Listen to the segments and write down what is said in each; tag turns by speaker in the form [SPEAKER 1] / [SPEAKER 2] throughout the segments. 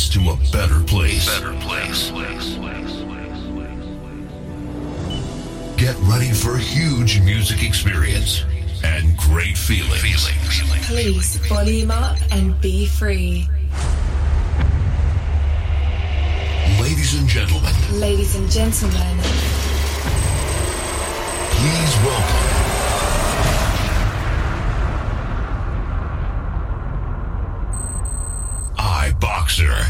[SPEAKER 1] place to a better place. Get ready for a huge music experience and great feelings.
[SPEAKER 2] Please volume up and be free.
[SPEAKER 1] Ladies and gentlemen. Please welcome iBoxer.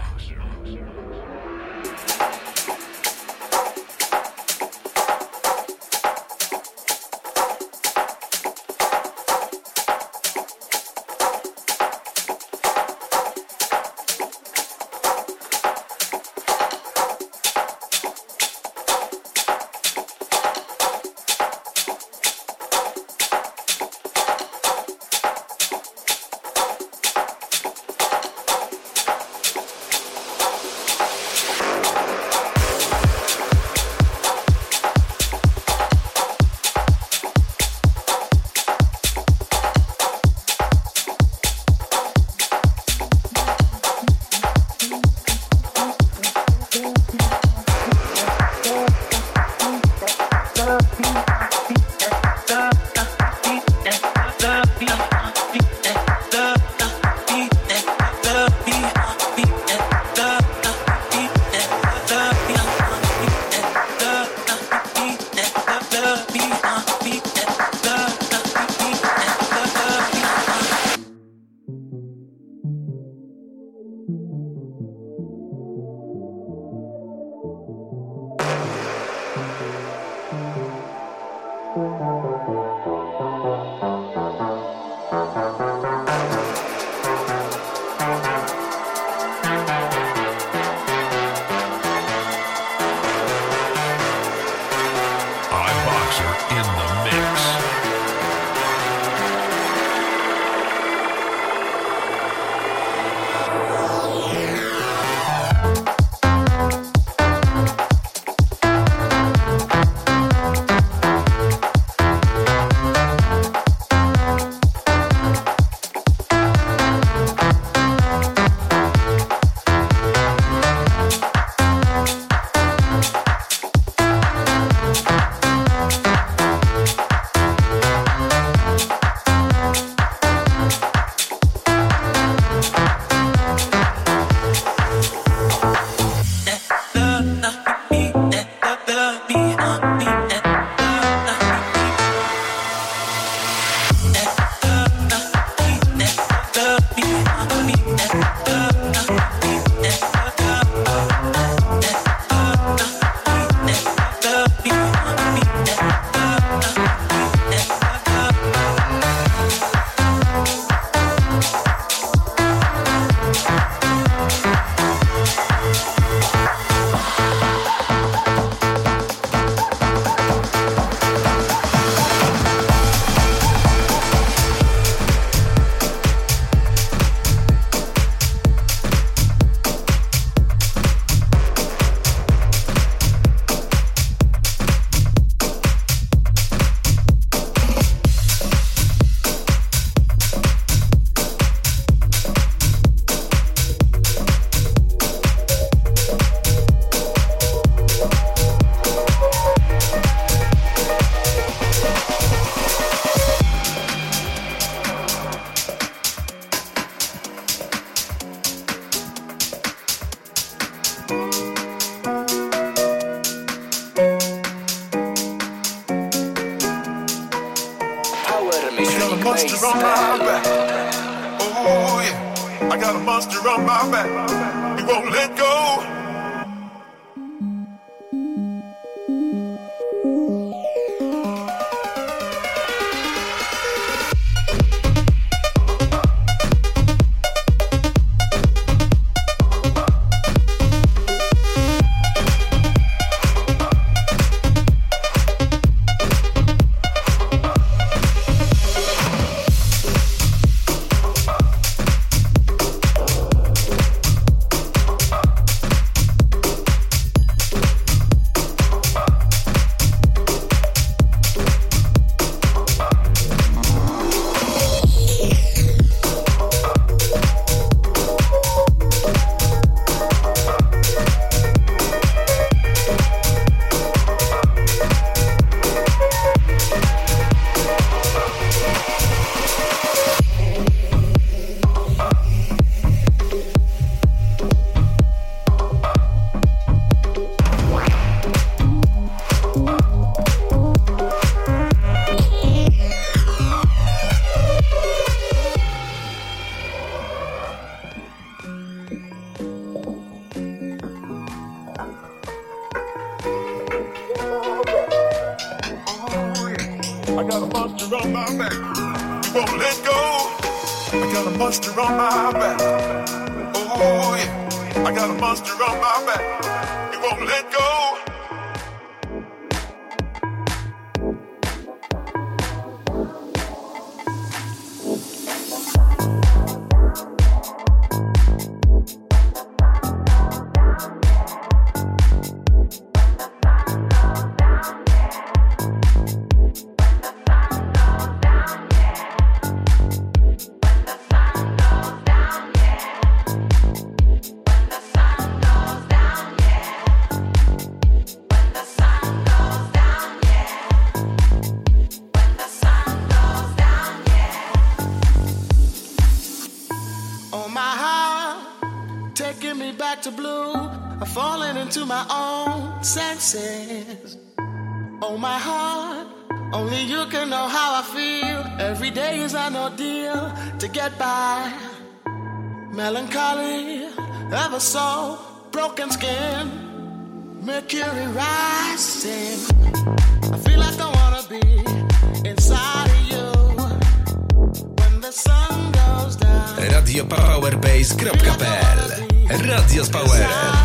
[SPEAKER 3] monster on my back. Oh yeah, I got a monster on my back. We won't let go. on my back. You won't let go. I got a monster on my back. Oh yeah, I got a monster on my back. You won't let go.
[SPEAKER 4] To my own senses. Oh my heart, only you can know how I feel. Every day is an ordeal to get by. Melancholy, ever so broken skin, mercury rising. I feel like I wanna be inside of you when the sun goes down.
[SPEAKER 5] RadioPowerBase.pl Radio z Powerem.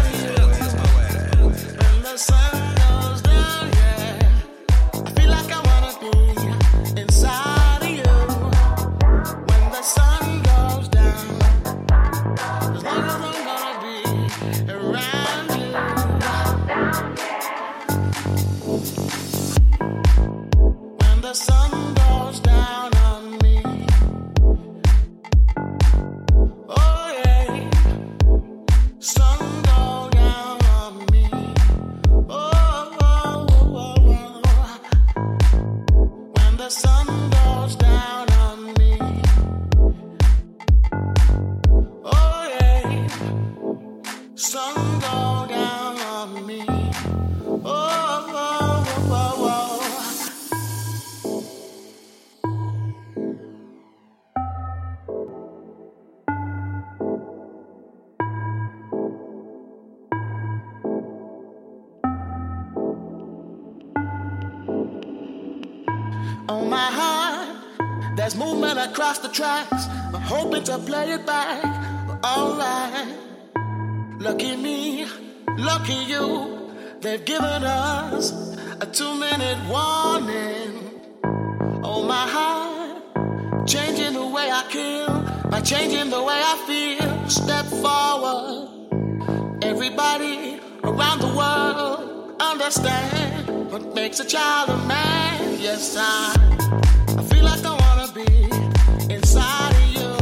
[SPEAKER 4] On my heart, there's movement across the tracks. I'm hoping to play it back, but alright. Lucky me, lucky you. They've given us a 2-minute warning. Oh my heart, changing the way I kill by changing the way I feel. Step forward. Everybody around the world understand what makes a child a man. Yes, I feel like I wanna be inside of you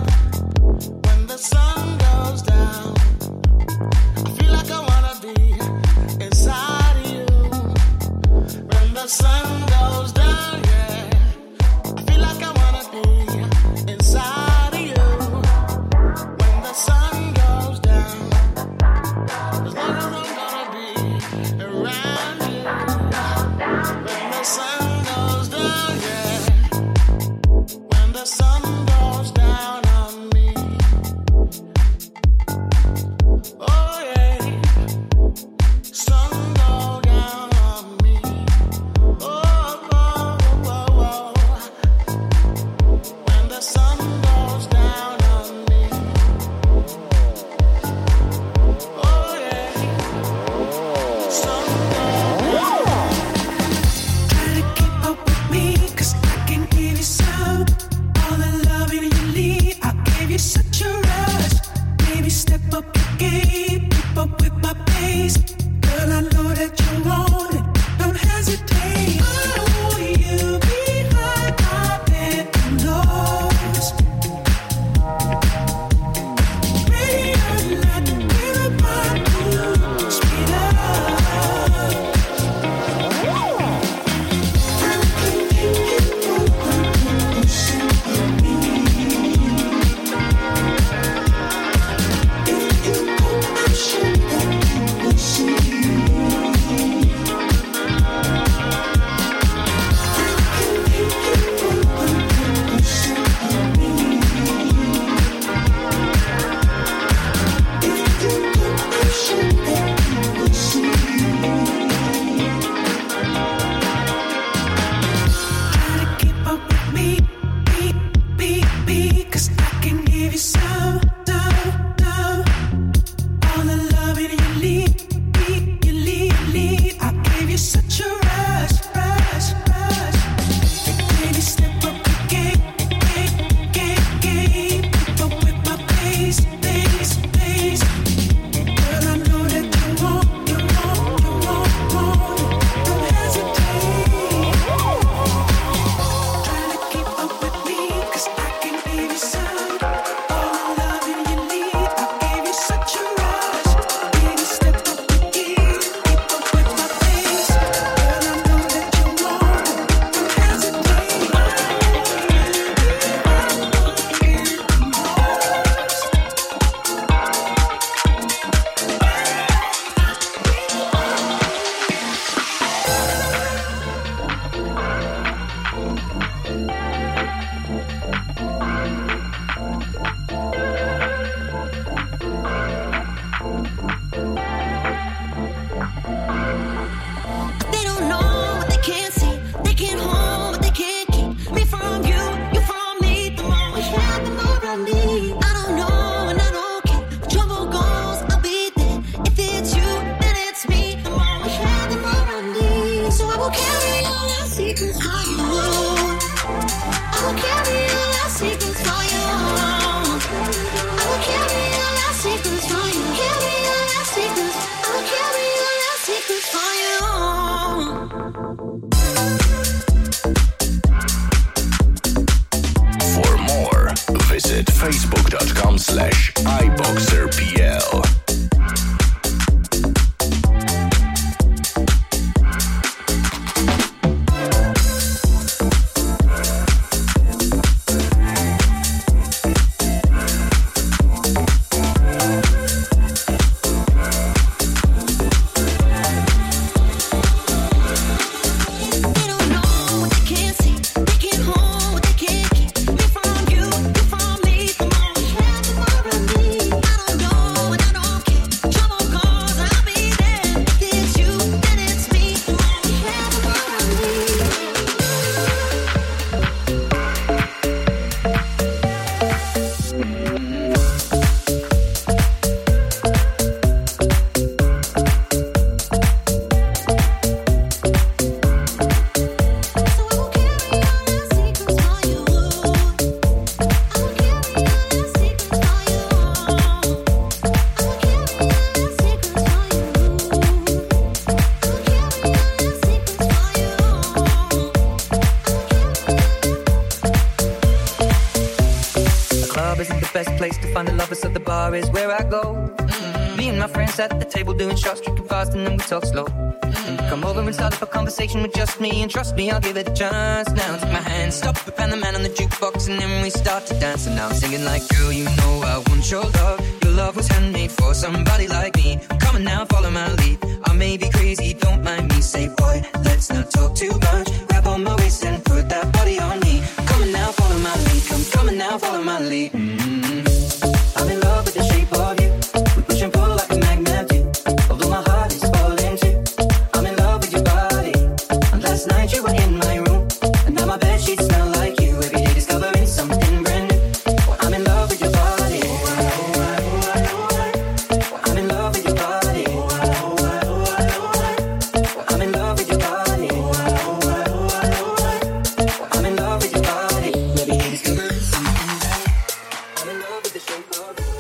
[SPEAKER 4] when the sun goes down. I feel like I wanna be inside of you when the sun goes down, yeah. I feel like I wanna be inside of you when the sun goes down. As long as I'm gonna be around you when the sun goes down, yeah. When the sun goes down on me. Oh yeah. Sun go down on me. Oh, oh, oh, oh. When the sun goes down on me. Oh yeah. Sun goes down.
[SPEAKER 6] Try to keep up with me, 'cause I can give you some. All the loving you need, I gave you such a rush. Baby, step up your game, keep up with my pace. Girl, I know that you want it, don't hesitate. I don't want you behind my windows. Ready or not, we're about to speed up. If you want, I should let you listen.
[SPEAKER 7] bar is where I go. Me and my friends at the table doing shots, drinking fast, and then we talk slow. Come over and start up a conversation with just me, and trust me, I'll give it a chance. Now take my hand, stop it, and the man on the jukebox, and then we start to dance. And now I'm singing like, girl, you know I want your love. Your love was handmade for somebody like me. Come on now, follow my lead. I may be crazy, don't mind me. Say, boy, let's not talk too much. Grab on my waist and put that body on me. Come on now, follow my lead. Come on now, follow my lead. I'm in love with the shape of you. We push and pull like a magnet do. Although my heart is falling too. I'm in love with your body. And last night you were in my room, and now my bedsheets smell like you. Every day discovering something brand new. Well, I'm in love with your body. I'm in love with your body. I'm in love with your body. I'm in love with your body. Every day discovering something. I'm in love with the shape of you.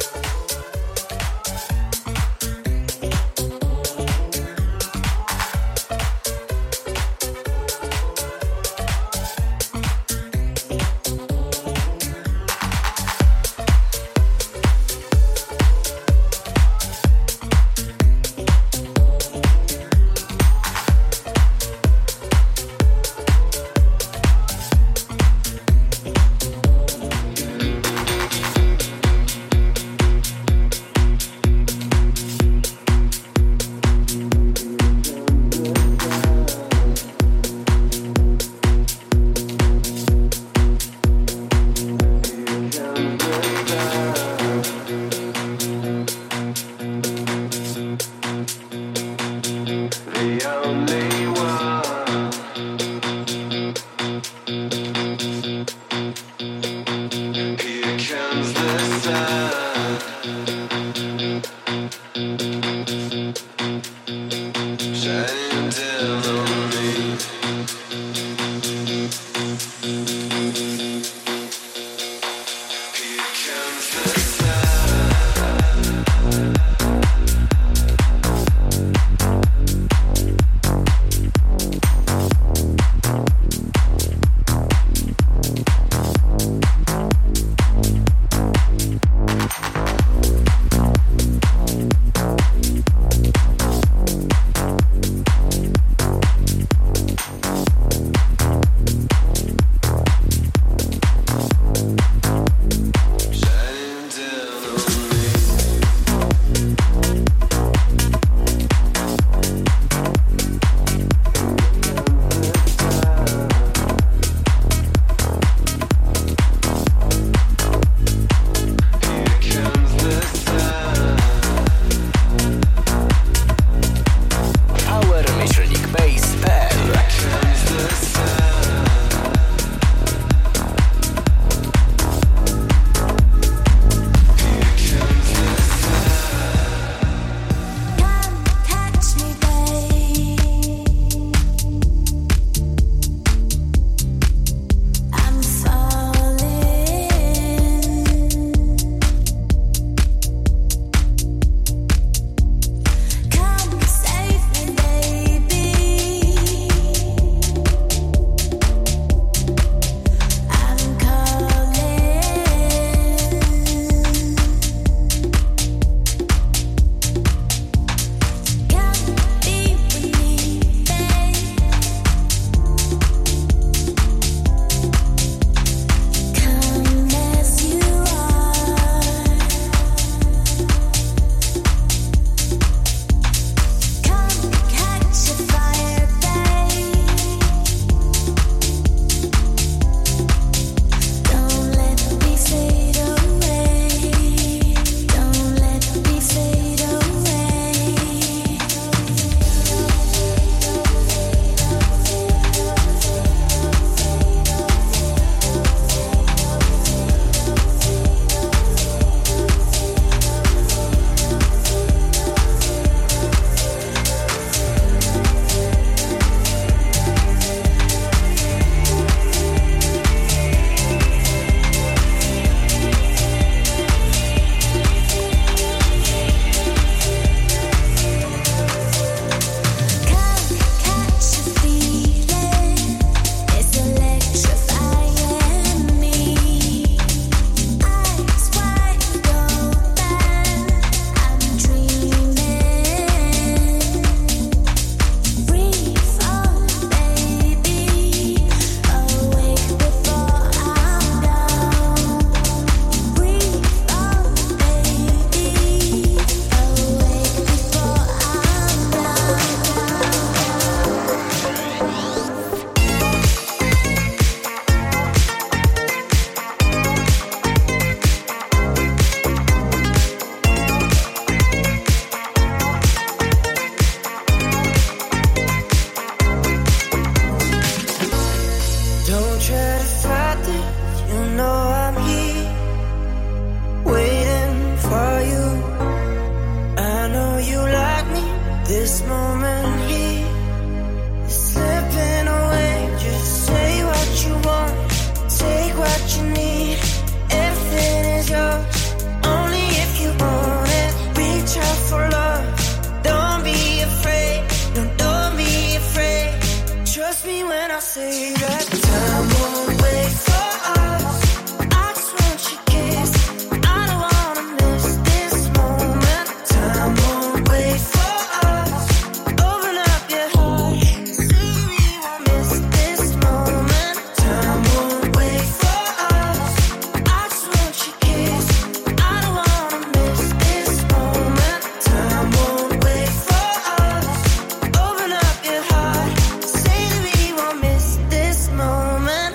[SPEAKER 8] I say that time won't wait for us. I just want your kiss. I don't wanna miss this moment. Time won't wait for us. Open up your heart. Say we won't miss this moment. Time won't wait for us. I just want your kiss. I don't wanna miss this moment. Time won't wait for us. Open up your heart. Say that we won't miss this moment.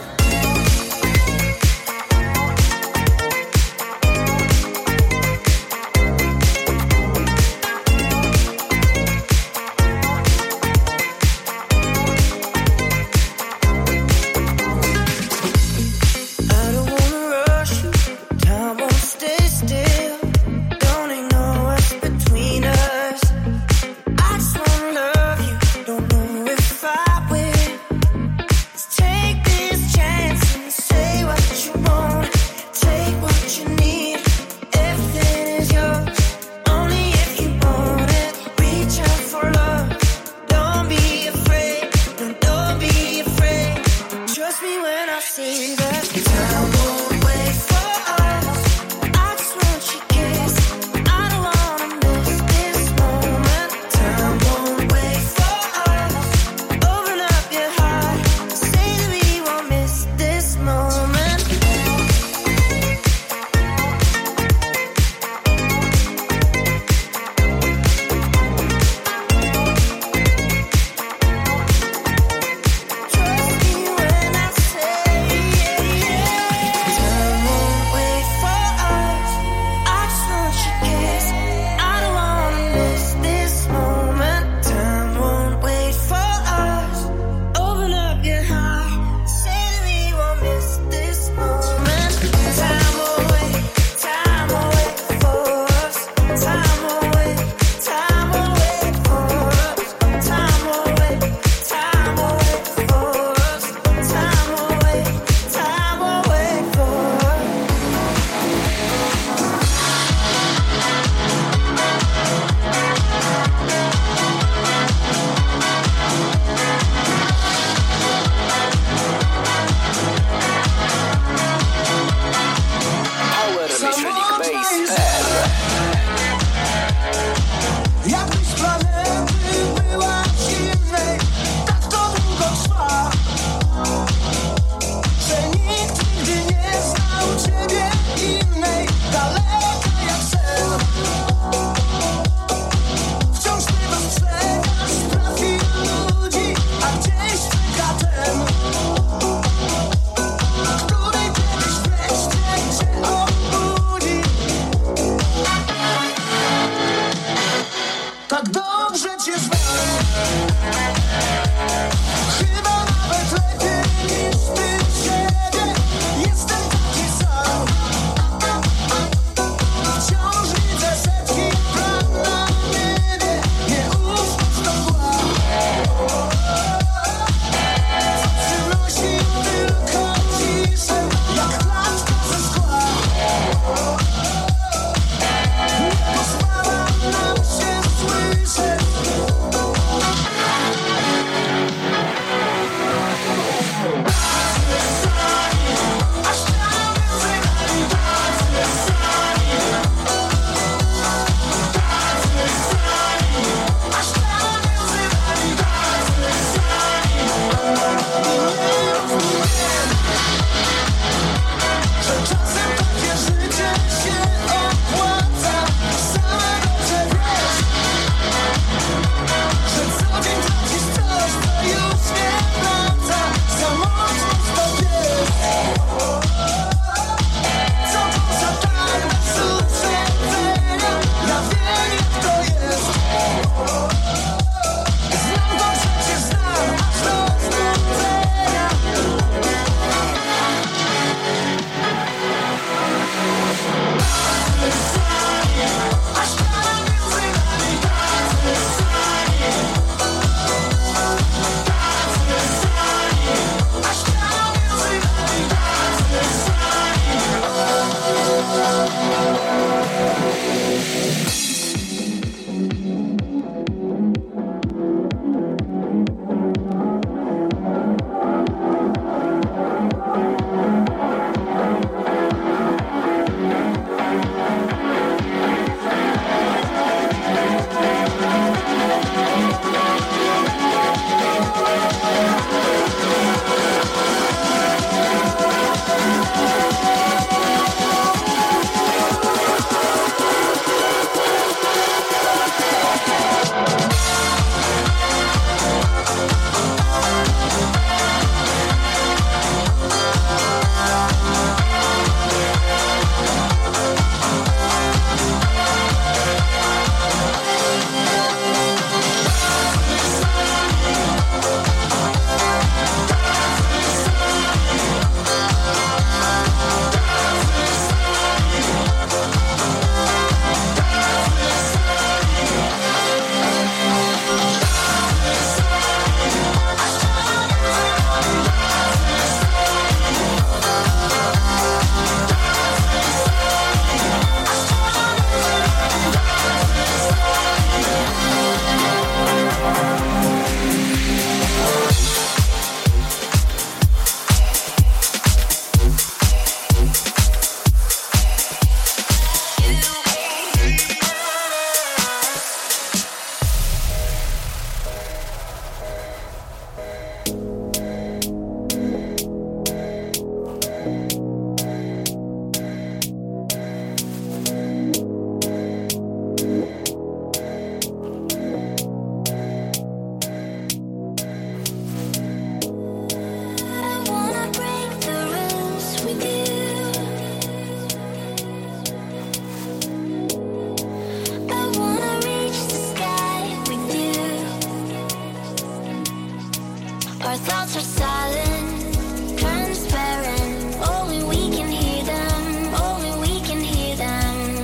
[SPEAKER 8] Our thoughts are silent, transparent. Only we can hear them, only we can hear them.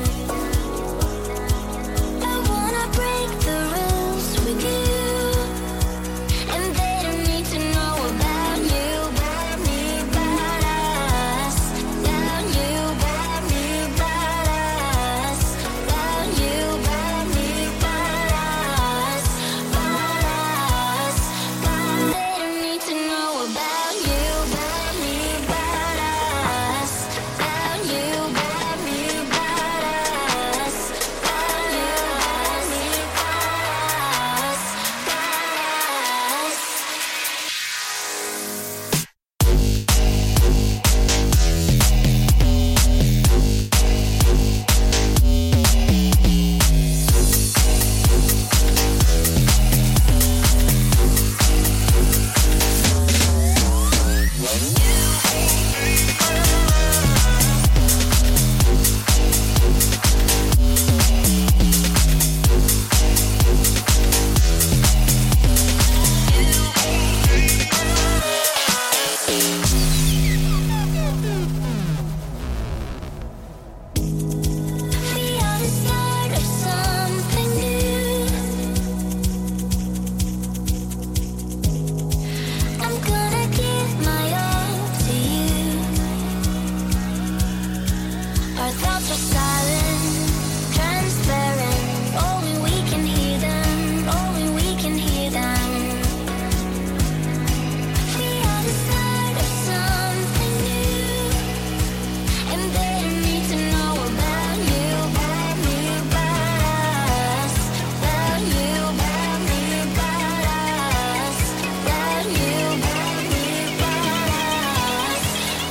[SPEAKER 8] I wanna break the rules with you, and they don't need to know about you, about me, about us, about you, about me, about us, about you, about me, about us, about us, about. They don't need to know about you, about me, about us, about you, about me, about us, about you, about me, about us, about us. We are the start of something new. I'm gonna give my all to you. Our thoughts are silent, transparent. Only we can hear them, only we can hear them. We are the start of something new, and they don't need to know about you, about me, about us, about you, about me, about us, about you, about me, about us,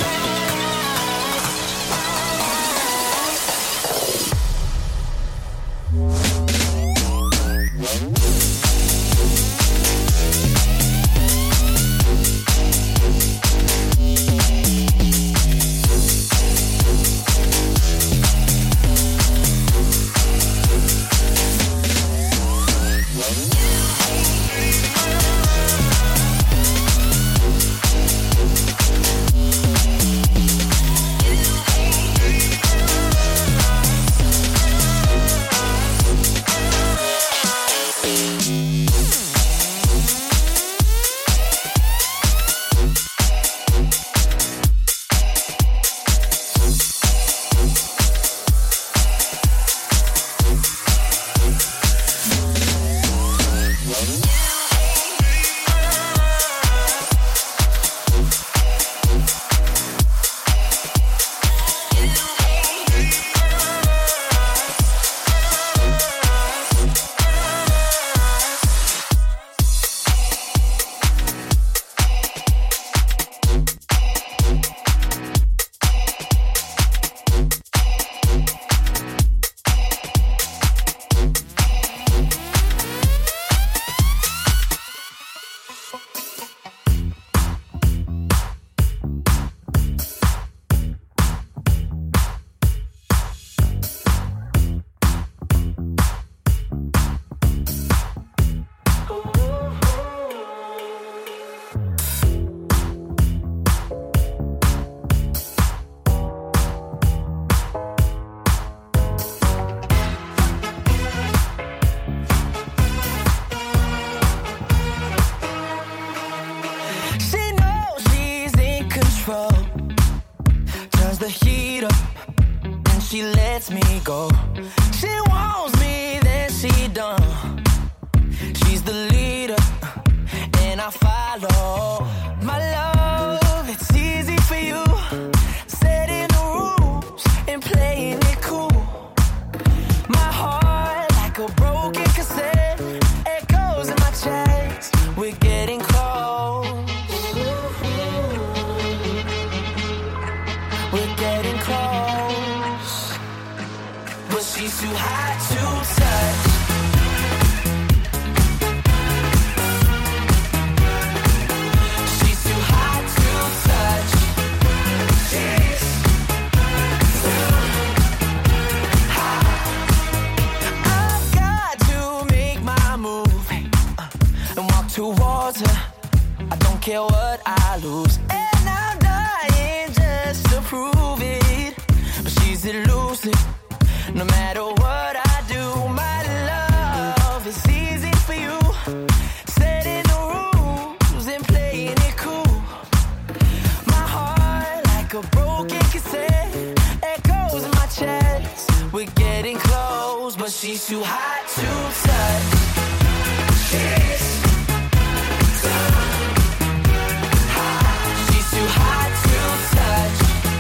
[SPEAKER 8] She knows she's in control, turns the heat up, and she lets me go. She wants me, then she done. She's the leader, and I follow. My love, it's easy for you, setting the rules and playing it cool. My heart, like a broken cassette, echoes in my chest. We're getting close. We're getting close. But she's too hot to touch. She's too hot to touch. She's too hot. I've got to make my move.
[SPEAKER 9] don't care what I lose. And I'm dying just to prove it. But she's elusive, no matter what I do. My love is easy for you, setting the rules and playing it cool. My heart like a broken cassette, echoes in my chest. We're getting close, but she's too hot to touch. She's too hot to touch.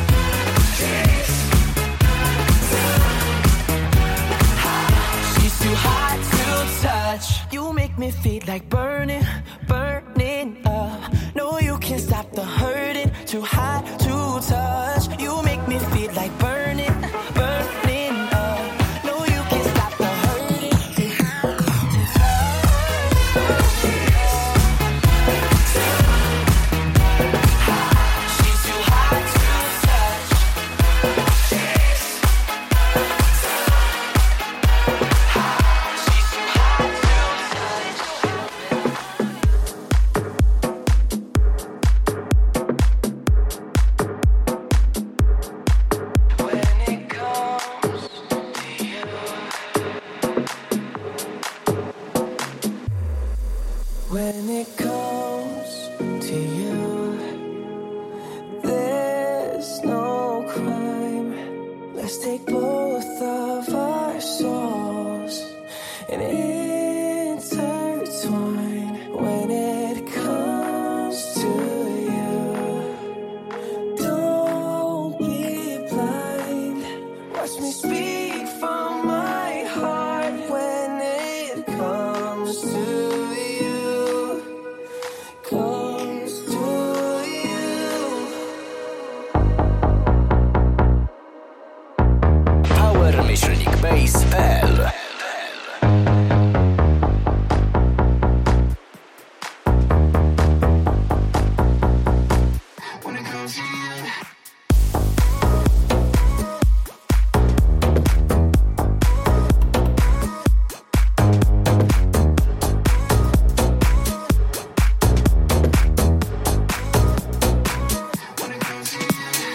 [SPEAKER 9] She's too hot to touch. You make me feel like burning, burning up. No, you can't stop the hurting. Too hot to touch. You make me feel like burning, burning up. No, you can't stop the hurting. Too hot to touch. She's too hot to touch. She's too hot to when it comes to you. When it comes to you, there's no crime. Let's take both of our souls and intertwine. When it comes to you, don't be blind. Watch me speak from my heart. When it comes to you, comes to you.
[SPEAKER 5] Power-base.pl
[SPEAKER 8] When it comes to you. When it comes to you.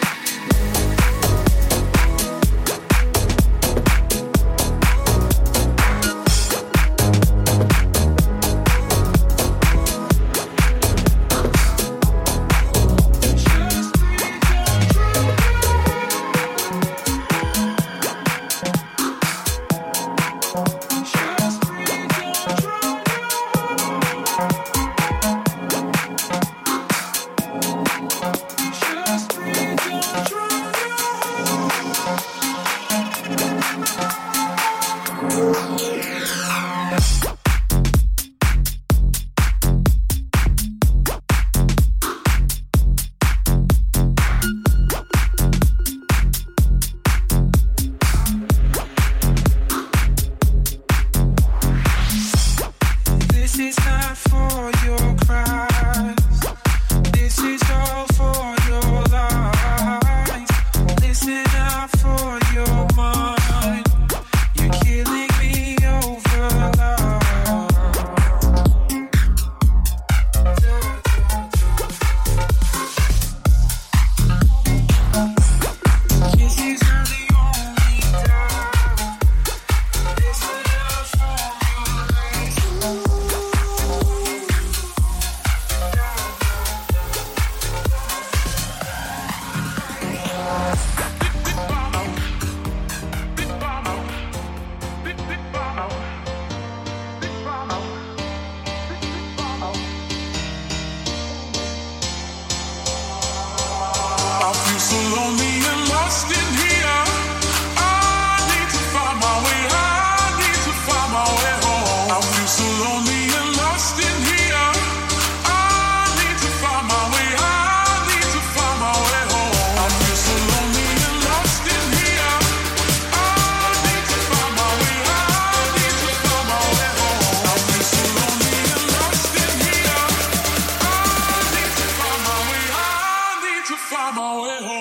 [SPEAKER 6] This is not for your cries. This is all for your lies. Listen up for your mind. You're killing me over love. Kisses are the only time. Listen up for your lies.
[SPEAKER 3] I feel so lonely and lost in here. I need to find my way. I need to find my way home. I feel so lonely and lost in here. I need to find my way. I need to find my way home. I feel so lonely and lost in here. I need to find my way. I need to find my way home. I feel so lonely and lost in here. I need to find my way. I need to find my way home.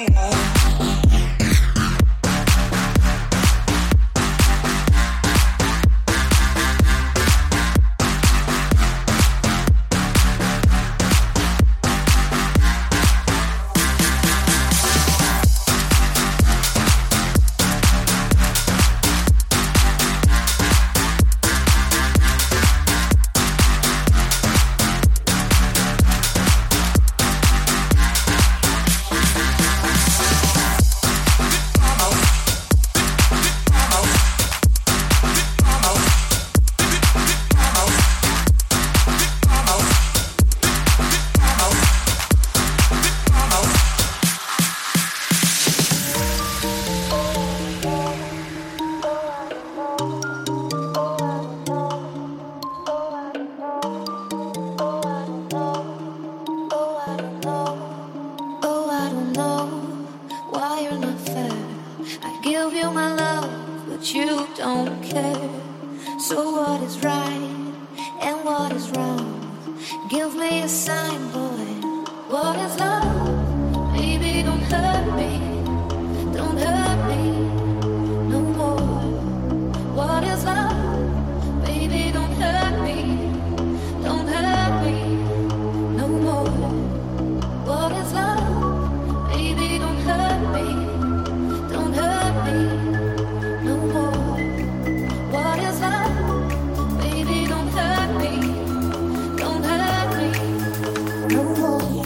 [SPEAKER 8] and what is wrong. Give me a sign, boy. What is love? Baby, don't hurt me. Don't hurt me no more. What is love? Baby, don't hurt me. Don't hurt me no more. What is love? Baby, don't hurt me. Don't hurt me no more. What is love? Baby, don't hurt me. Don't hurt me no more.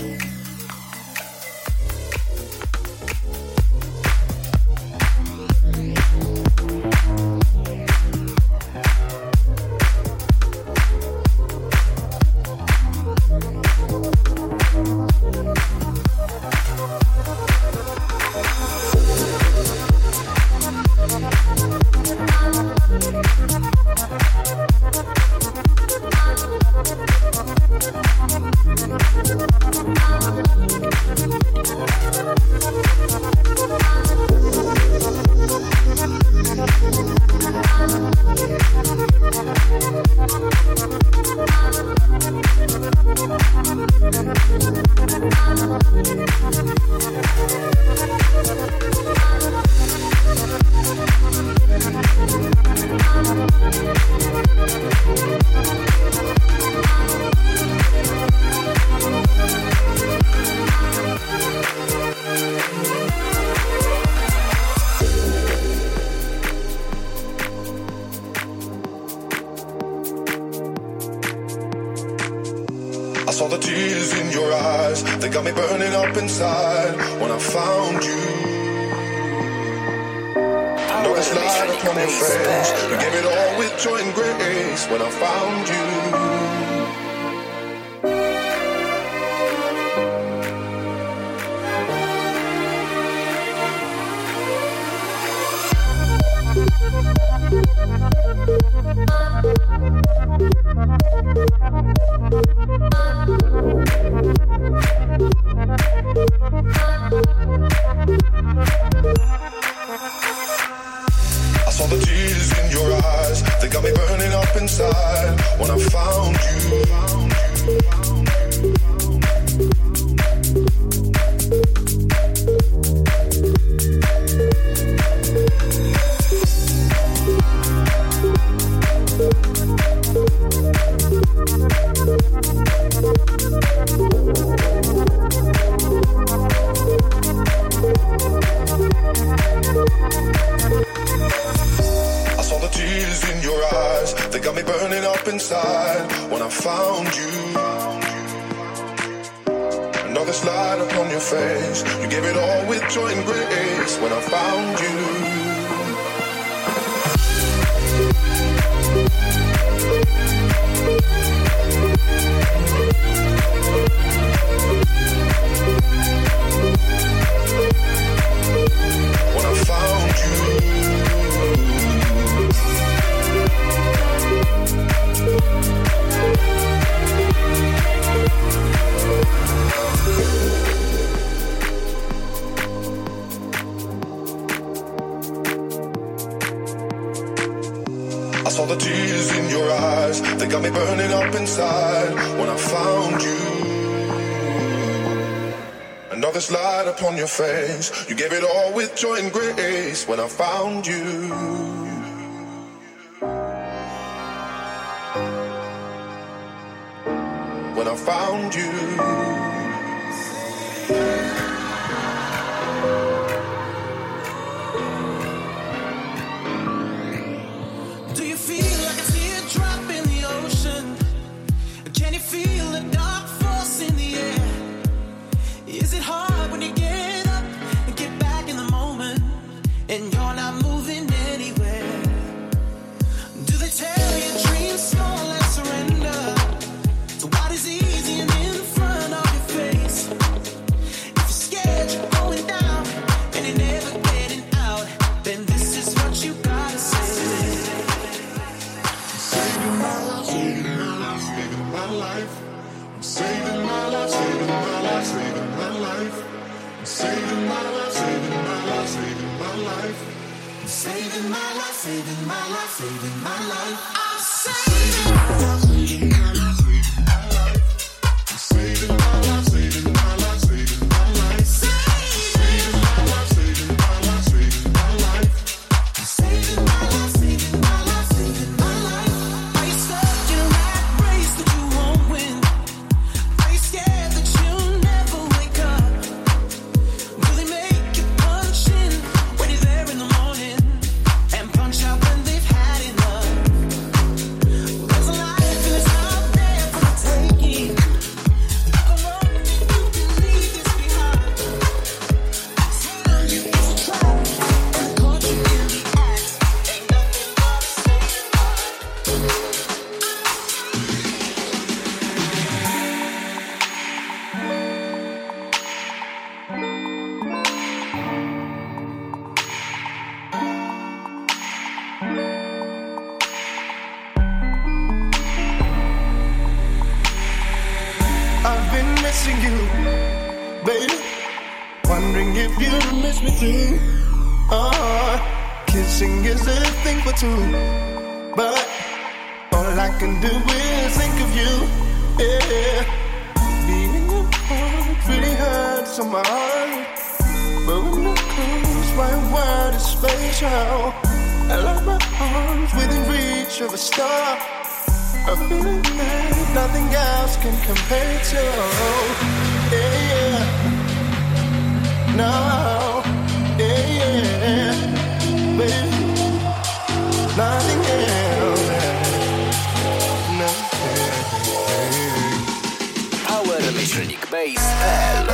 [SPEAKER 10] I saw the tears in your eyes, they got me burning up inside when I found you. Know this light upon your face, you gave it all with joy and grace when I found you. I saw the tears in your eyes, they got me burning up inside when I found you. I saw the tears in your eyes, they got me burning up inside when I found you. And all this light upon your face, you gave it all with joy and grace when I found you. When I found you. I saw the tears in your eyes, they got me burning up inside when I found you. And all this light upon your face, you gave it all with joy and grace when I found you. When I found you.
[SPEAKER 6] Do you feel like a teardrop in the ocean? Can you feel the dark force in the air? Is it hard when you get up and get back in the moment and you're not moving anywhere? Do they tell you dreams small and surrender to what is easy and in front of your face? If you're scared you're going down and you're never getting out, then this is what you gotta say.
[SPEAKER 10] Saving my life, saving my life, saving my life. Saving my life, saving my life, saving my life. Saving my life, saving my life, saving my life. Saving my life, saving my life, saving my life.
[SPEAKER 6] I'm saving.
[SPEAKER 4] missing you, baby. Wondering if you miss me too. Kissing is a thing for two, but all I can do is think of you. Yeah, being in your heart really hurts on my heart. But when you close, my world is spatial. I love my arms within reach of a star. A feeling that nothing else can compare to. Yeah, no, yeah, baby, nothing else.
[SPEAKER 5] Power-Base.pl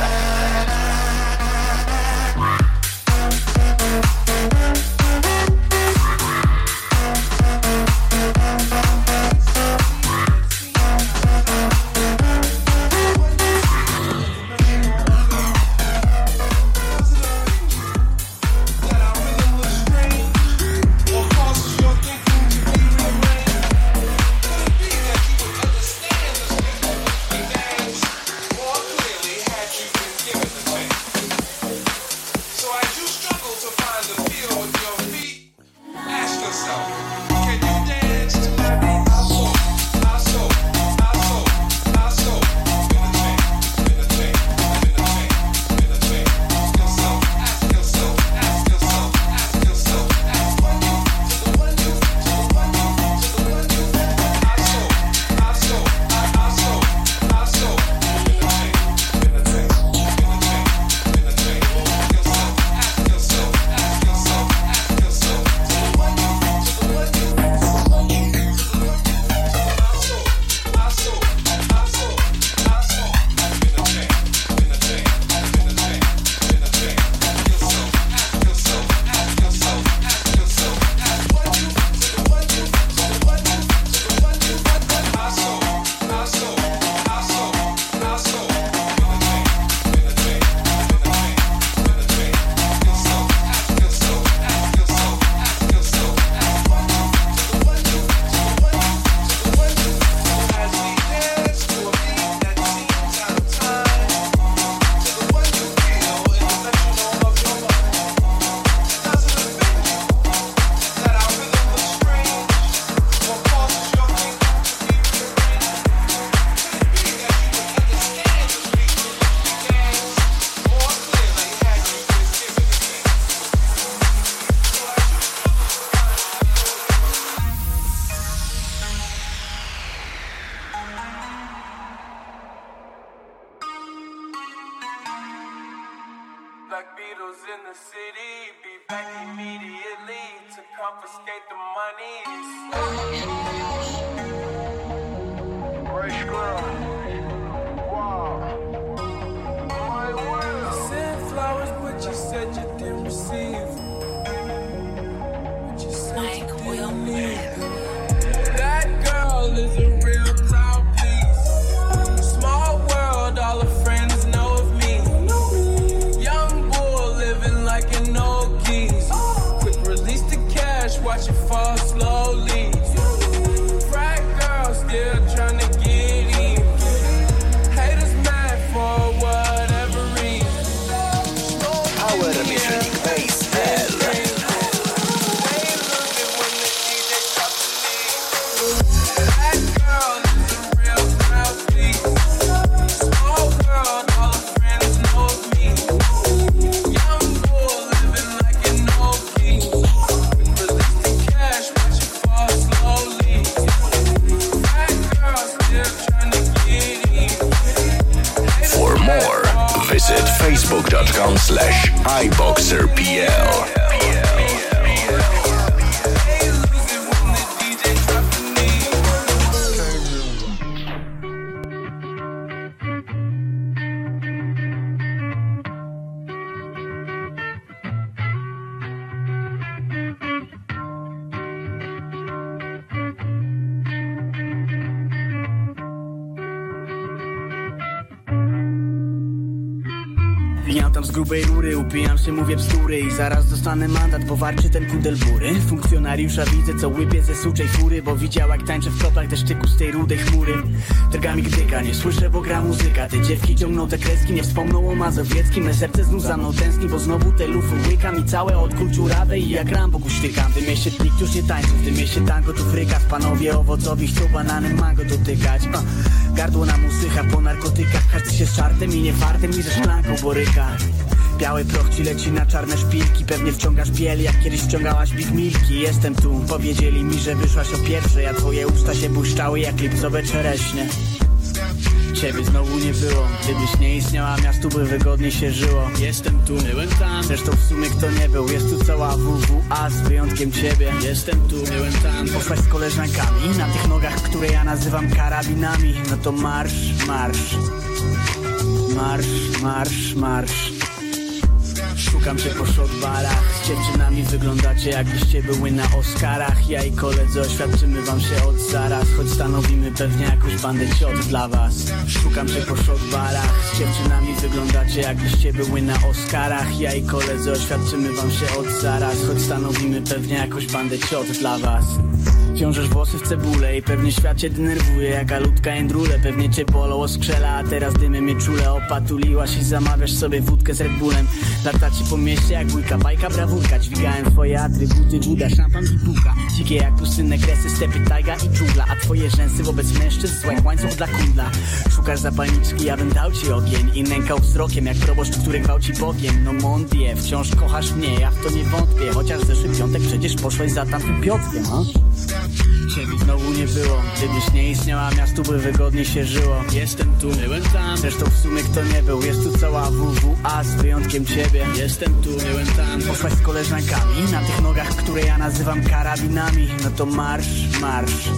[SPEAKER 11] Like Beatles in the city, be back immediately to confiscate the monies. Fresh girl, wow. My world. You sent flowers, but you said you didn't receive. But you said you didn't need. That girl is a real timepiece. Small world, all her friends know of me. Like an old geese. Quick release the cash, watch it fall slowly. Frat girl still trying to get in. Haters mad for whatever reason.
[SPEAKER 5] Power-Base.pl
[SPEAKER 11] That girl is a real mouthpiece. Small world, all her friends know of me. Young bull living like an old king. Release the cash, watch it fall slowly. That girl still trying to get in.
[SPEAKER 5] For more, visit facebook.com/iboxerpl.
[SPEAKER 12] Wbijam tam z grubej rury, upijam się, mówię bzdury i zaraz dostanę mandat, bo warczy ten kundel bury. Funkcjonariusza widzę, co łypie ze suczej fury, bo widział jak tańczę w kroplach deszczyku z tej rudej chmury. Drga mi gdyka, nie słyszę, bo gra muzyka. Te dziewki ciągną te kreski, nie wspomną o mazowieckim. Me serce znów za mną tęskni, bo znowu te lufy łykam i całe od kulturawe i jak Rambo kuśtykam. W tym mieście nikt już nie tańczy, w tym mieście tango tu fryka. Panowie owocowi chcą bananem mango dotykać. Gardło nam usycha po narkotykach, każdy się z czartem i nie fartem i ze szklanką boryka. Biały proch ci leci na czarne szpilki, pewnie wciągasz biel, jak kiedyś wciągałaś Big Milki. Jestem tu, powiedzieli mi, że wyszłaś o pierwsze, a twoje usta się błyszczały jak lipcowe czereśnie. Ciebie znowu nie było, gdybyś nie istniała, miastu by wygodniej się żyło. Jestem tu, byłem tam, zresztą w sumie kto nie był. Jest tu cała WWA z wyjątkiem ciebie. Jestem tu, byłem tam. Poszłaś z koleżankami na tych nogach, które ja nazywam karabinami. No to marsz, marsz. Marsz, marsz, marsz. Szukam cię po shotbarach, z dziewczynami wyglądacie jakbyście były na Oscarach. Ja i koledzy oświadczymy wam się od zaraz, choć stanowimy pewnie jakąś bandę ciot dla was. Szukam cię po shotbarach, z dziewczynami wyglądacie jakbyście były na Oscarach. Ja i koledzy oświadczymy wam się od zaraz, choć stanowimy pewnie jakąś bandę ciot dla was. Wiążesz włosy w cebulę i pewnie świat cię denerwuje, jaka ludka endrule. Pewnie cię bolą oskrzela, a teraz dymy mnie czule. Opatuliłaś i zamawiasz sobie wódkę z Red Bullem. Latacie po mieście jak bójka, bajka, brawurka. Dźwigałem twoje atrybuty, Juda, szampan i bułka. Dzikie jak pustynne kresy, stepy, tajga i dżungla. A twoje rzęsy wobec mężczyzn jak łańcuch dla kundla. Szukasz zapalniczki, ja bym dał ci ogień i nękał wzrokiem jak proboszcz, który gwałci Bogiem. No mon Dieu, wciąż kochasz mnie, ja w to nie wątpię. Chociaż zeszły piątek przecież poszłeś za tamtym Piotrkiem, a? Ciebie znowu nie było, gdybyś nie istniała, miastu by wygodniej się żyło. Jestem tu, byłem tam, zresztą w sumie kto nie był. Jest tu cała WWA z wyjątkiem ciebie. Jestem tu, byłem tam. Poszłaś z koleżankami na tych nogach, które ja nazywam karabinami. No to marsz, marsz.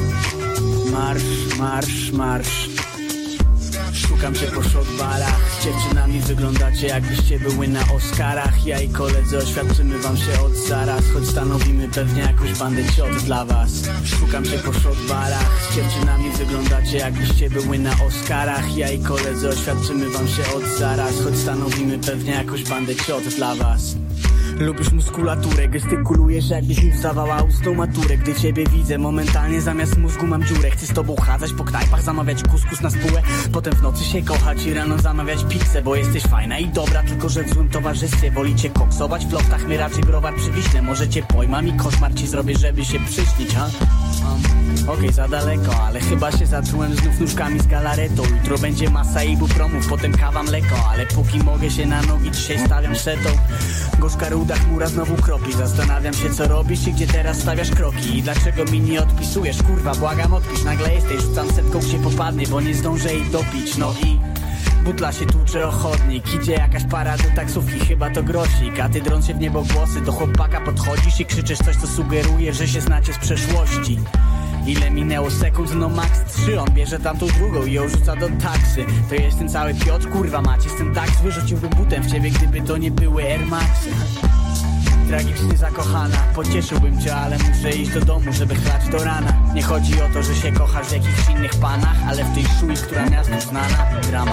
[SPEAKER 12] Marsz, marsz, marsz. Szukam cię po shotbarach, z dziewczynami wyglądacie jakbyście były na Oscarach. Ja i koledzy oświadczymy wam się od zaraz, choć stanowimy pewnie jakąś bandę ciot dla was. Szukam cię po shotbarach, z dziewczynami wyglądacie jakbyście były na Oscarach. Ja i koledzy oświadczymy wam się od zaraz, choć stanowimy pewnie jakąś bandę ciot dla was. Lubisz muskulaturę, gestykulujesz jakbyś mi wstawała ustną maturę. Gdy ciebie widzę, momentalnie zamiast mózgu mam dziurę. Chcę z tobą chadzać po knajpach, zamawiać kuskus na spółę, potem w nocy się kochać i rano zamawiać pizzę. Bo jesteś fajna i dobra, tylko że w złym towarzystwie. Wolicie koksować w loftach, my raczej browar przy Wiśle. Może cię pojmam i koszmar ci zrobię, żeby się przyśnić, ha? Okej, za daleko, ale chyba się zatrułem znów nóżkami z galaretą. Jutro będzie masa ibupromów, potem kawa, mleko. Ale póki mogę się na nogi, dzisiaj stawiam setą. Gorzka ruda chmura znowu kropi. Zastanawiam się co robisz i gdzie teraz stawiasz kroki. I dlaczego mi nie odpisujesz, kurwa, błagam odpisz. Nagle jesteś, rzucam setką, gdzie popadnie, bo nie zdążę jej dopić. No i butla się tłucze o chodnik. Idzie jakaś para do taksówki, chyba to grosik. A ty drąc się w niebo głosy, do chłopaka podchodzisz i krzyczysz coś, co sugeruje, że się znacie z przeszłości. Ile minęło sekund? No max 3. On bierze tamtą drugą i ją rzuca do taksy. To jest ten cały Piotr, kurwa mać, jestem tak zły, rzuciłbym butem w ciebie, gdyby to nie były Air Maxy. Tragicznie zakochana, pocieszyłbym cię, ale muszę iść do domu, żeby chlać do rana. Nie chodzi o to, że się kochasz w jakichś innych panach, ale w tej szuli, która miastu znana, drama.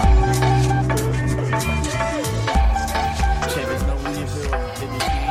[SPEAKER 12] Ciebie znowu nie było, gdybyś nie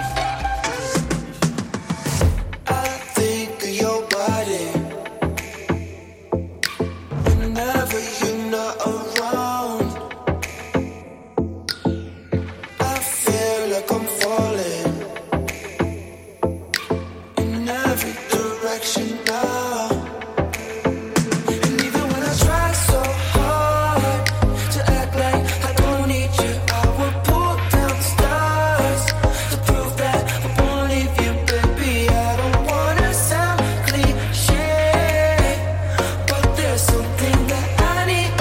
[SPEAKER 8] Something that I need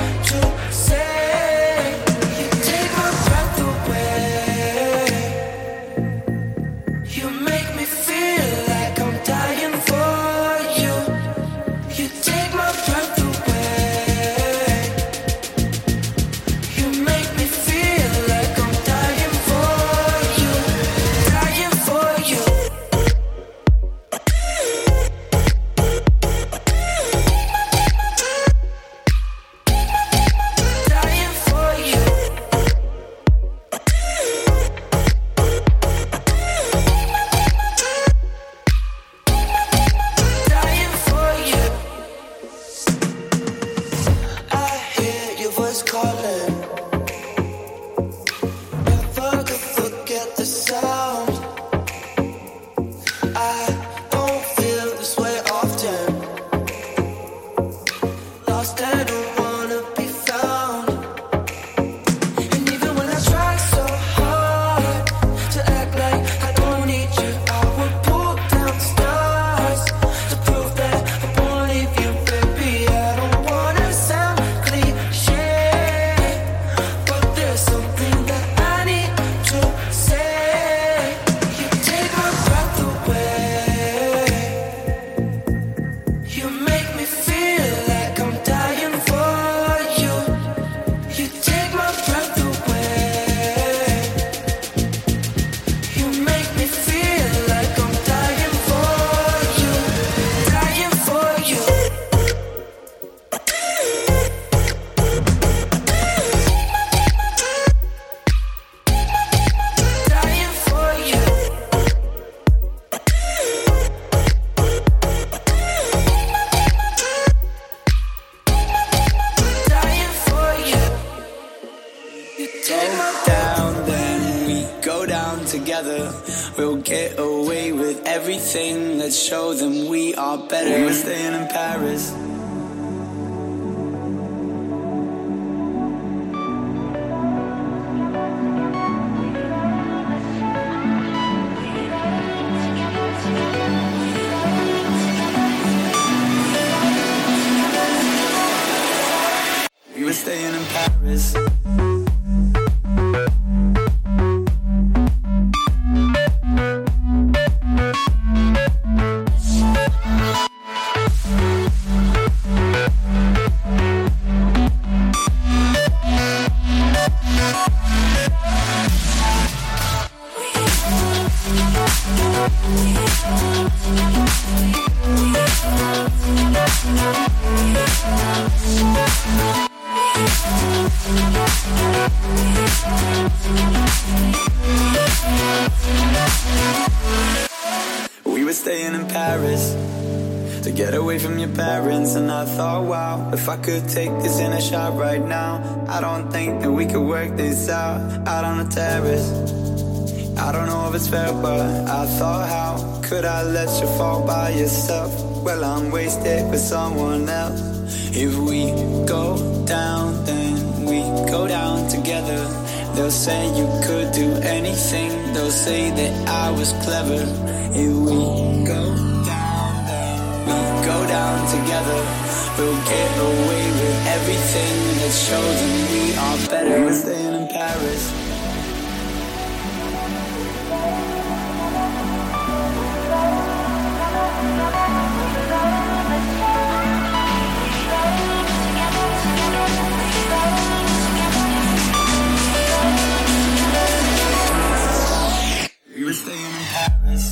[SPEAKER 6] lost and don't wanna be found. And even when I try so hard to act like I don't need you, I would pull down the stars to prove that I won't leave you, baby. I don't wanna sound cliche, but there's something that I need to say. You take my breath away. You make me feel like I'm dying for you. You take my breath away. You make me feel like I'm dying for you. Dying for you. Dying for you. Dying for you. You take my
[SPEAKER 12] Down, then we go down together. We'll get away with everything. Let's show them we are better. We're staying in Paris. We were staying in Paris. We were staying in Paris to get away from your parents, and I thought, wow, if I could take this in a shot right now, I don't think that we could work this out on the terrace. I don't know if it's fair, but I thought, how could I let you fall by yourself? Well, I'm wasted with someone else. If we go down, then we go down together. They'll say you could do anything. They'll say that I was clever. If we go down, then we go down together. We'll get away with everything. Let's show them we are better. We're staying in Paris. We were staying in Paris.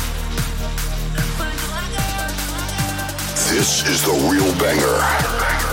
[SPEAKER 1] This is the real banger.